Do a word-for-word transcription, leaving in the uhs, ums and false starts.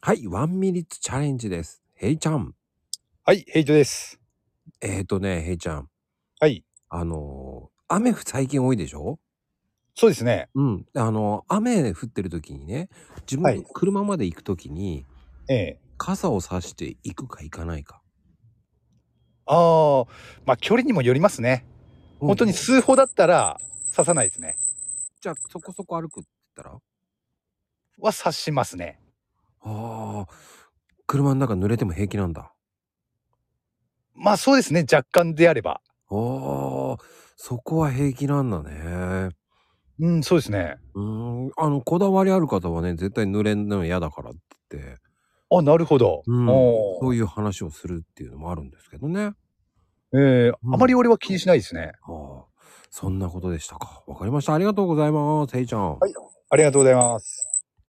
はい、ワンミニッツチャレンジです。ヘイちゃん。 はい、ヘイトです。 えーとね、ヘイちゃん。 はい。 あのー、雨最近多いでしょ？ そうですね。 うん。あの、雨降ってる時にね、自分はい。 車まで行く時に、 ええ。 傘を差して行くか行かないか。 ああ、ま、距離にもよりますね。 うん。 ほんとに数歩だったら差さないですね。 じゃあ、そこそこ歩くって言ったら？ は、差しますね。 ああ、車ん中濡れても平気なんだ。 ま、そうですね、若干であれば。 ああ、そこは平気なんだね。 うん、そうですね。 うーん、あの、こだわりある方はね、絶対濡れんの嫌だからって。 あ、なるほど。あうん、そうあ。 いう話をするっていうのもあるんですけどね。 ええ、 うん。 あまり俺は気にしないですね。 はあ、そんなことでしたか。わかりました。ありがとうございます、ヘイちゃん。 はい、ありがとうございます。